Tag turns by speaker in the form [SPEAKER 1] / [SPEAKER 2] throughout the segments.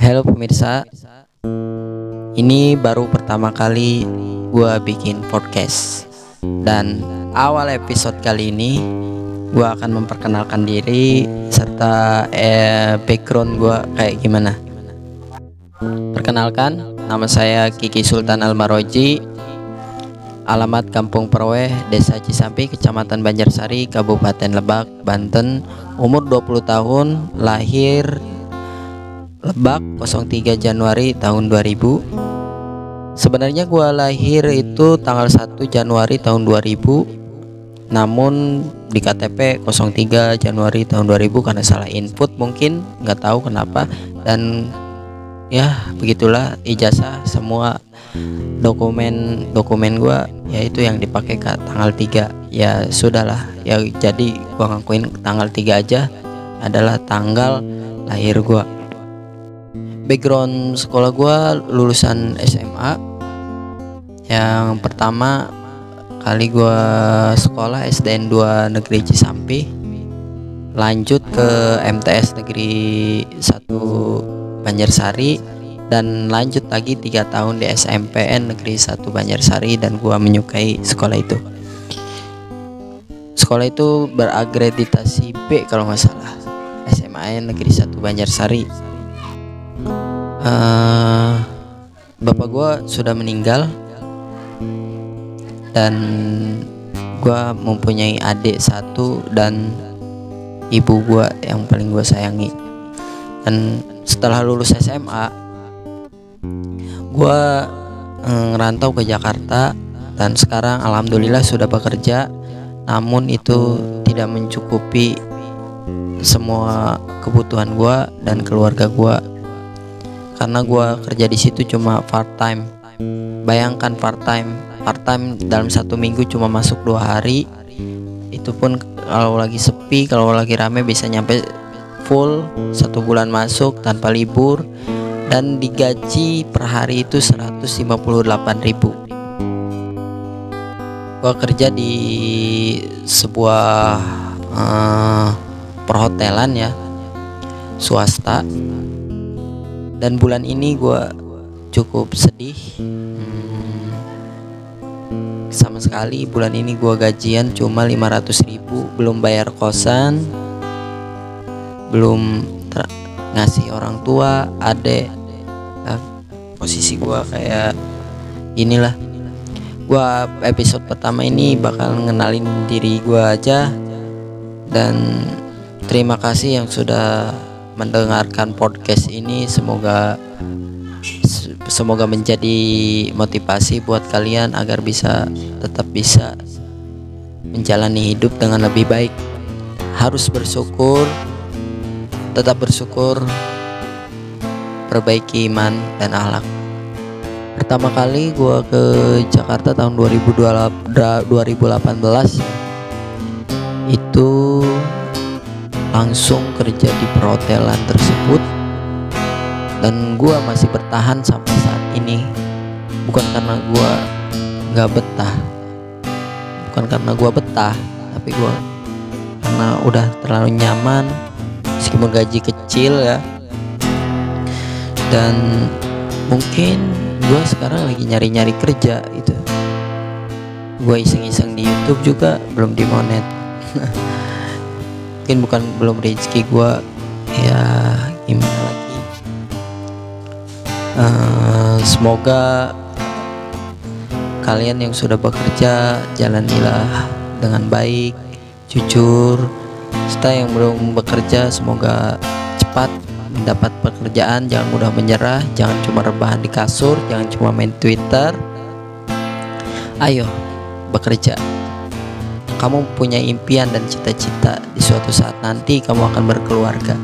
[SPEAKER 1] Halo pemirsa, ini baru pertama kali gua bikin podcast. Dan awal episode kali ini gua akan memperkenalkan diri serta background gua kayak gimana. Perkenalkan, nama saya Kiki Sultan Almaroji, alamat Kampung Perweh, Desa Cisampi, Kecamatan Banjarsari, Kabupaten Lebak, Banten. Umur 20 tahun, lahir Lebak 03 Januari tahun 2000. Sebenarnya gua lahir itu tanggal 1 Januari tahun 2000. Namun di KTP 03 Januari tahun 2000 karena salah input, mungkin nggak tahu kenapa. Dan ya begitulah, ijazah semua dokumen gua yaitu yang dipakai ke tanggal 3. Ya sudahlah, ya jadi gua ngakuin tanggal 3 aja adalah tanggal lahir gua. Background sekolah gue lulusan SMA. Yang pertama kali gue sekolah SDN 2 Negeri Cisampi, lanjut ke MTS Negeri 1 Banjarsari, dan lanjut lagi 3 tahun di SMPN Negeri 1 Banjarsari. Dan gue menyukai sekolah itu. Sekolah itu berakreditasi B kalau nggak salah, SMAN Negeri 1 Banjarsari. Bapak gue sudah meninggal dan gue mempunyai adik satu dan ibu gue yang paling gue sayangi. Dan setelah lulus SMA, gue ngerantau ke Jakarta dan sekarang alhamdulillah sudah bekerja. Namun itu tidak mencukupi semua kebutuhan gue dan keluarga gue, karena gue kerja di situ cuma part time. Bayangkan part time dalam 1 minggu cuma masuk 2 hari. Itu pun kalau lagi sepi, kalau lagi rame bisa nyampe full 1 bulan masuk tanpa libur. Dan digaji per hari itu 158.000. Gue kerja di sebuah perhotelan ya, swasta. Dan bulan ini gue cukup sedih. Sama sekali bulan ini gue gajian cuma 500.000, belum bayar kosan, belum ngasih orang tua, adek. Posisi gue kayak inilah. Gue episode pertama ini bakal ngenalin diri gue aja. Dan terima kasih yang sudah mendengarkan podcast ini. Semoga menjadi motivasi buat kalian agar tetap bisa menjalani hidup dengan lebih baik. Harus bersyukur, tetap bersyukur, perbaiki iman dan akhlak. Pertama kali gue ke Jakarta tahun 2018 itu langsung kerja di perhotelan tersebut. Dan gue masih bertahan sampai saat ini. Bukan karena gue gak betah, tapi gue karena udah terlalu nyaman. Meskipun gaji kecil ya. Dan mungkin gue sekarang lagi nyari-nyari kerja gitu. Gue iseng-iseng di YouTube juga belum dimonet. Mungkin belum rezeki gue, ya gimana lagi. Semoga kalian yang sudah bekerja jalanilah dengan baik, jujur. Serta yang belum bekerja semoga cepat mendapat pekerjaan. Jangan mudah menyerah, jangan cuma rebahan di kasur, jangan cuma main Twitter. Ayo bekerja. Kamu punya impian dan cita-cita. Di suatu saat nanti kamu akan berkeluarga.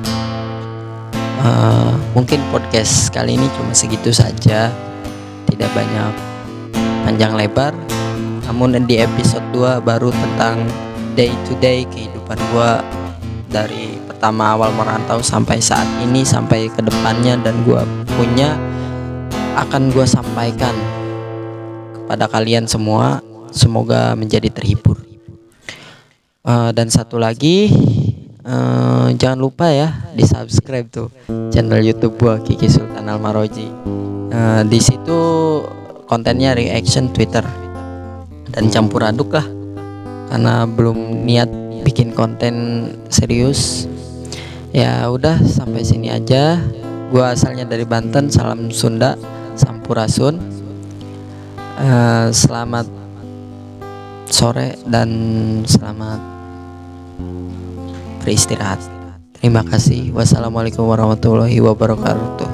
[SPEAKER 1] Mungkin podcast kali ini cuma segitu saja, tidak banyak panjang lebar. Namun di episode 2 baru tentang day to day kehidupan gua dari pertama awal merantau sampai saat ini, sampai ke depannya. Dan gua akan gua sampaikan kepada kalian semua. Semoga menjadi terhibur. Dan satu lagi, Jangan lupa ya di subscribe tuh channel YouTube gua Kiki Sultan Almaroji. Di situ kontennya reaction Twitter dan campur aduk lah, karena belum niat bikin konten serius. Ya udah, sampai sini aja. Gua asalnya dari Banten, salam Sunda, sampurasun. Selamat sore dan selamat beristirahat. Terima kasih. Wassalamualaikum warahmatullahi wabarakatuh.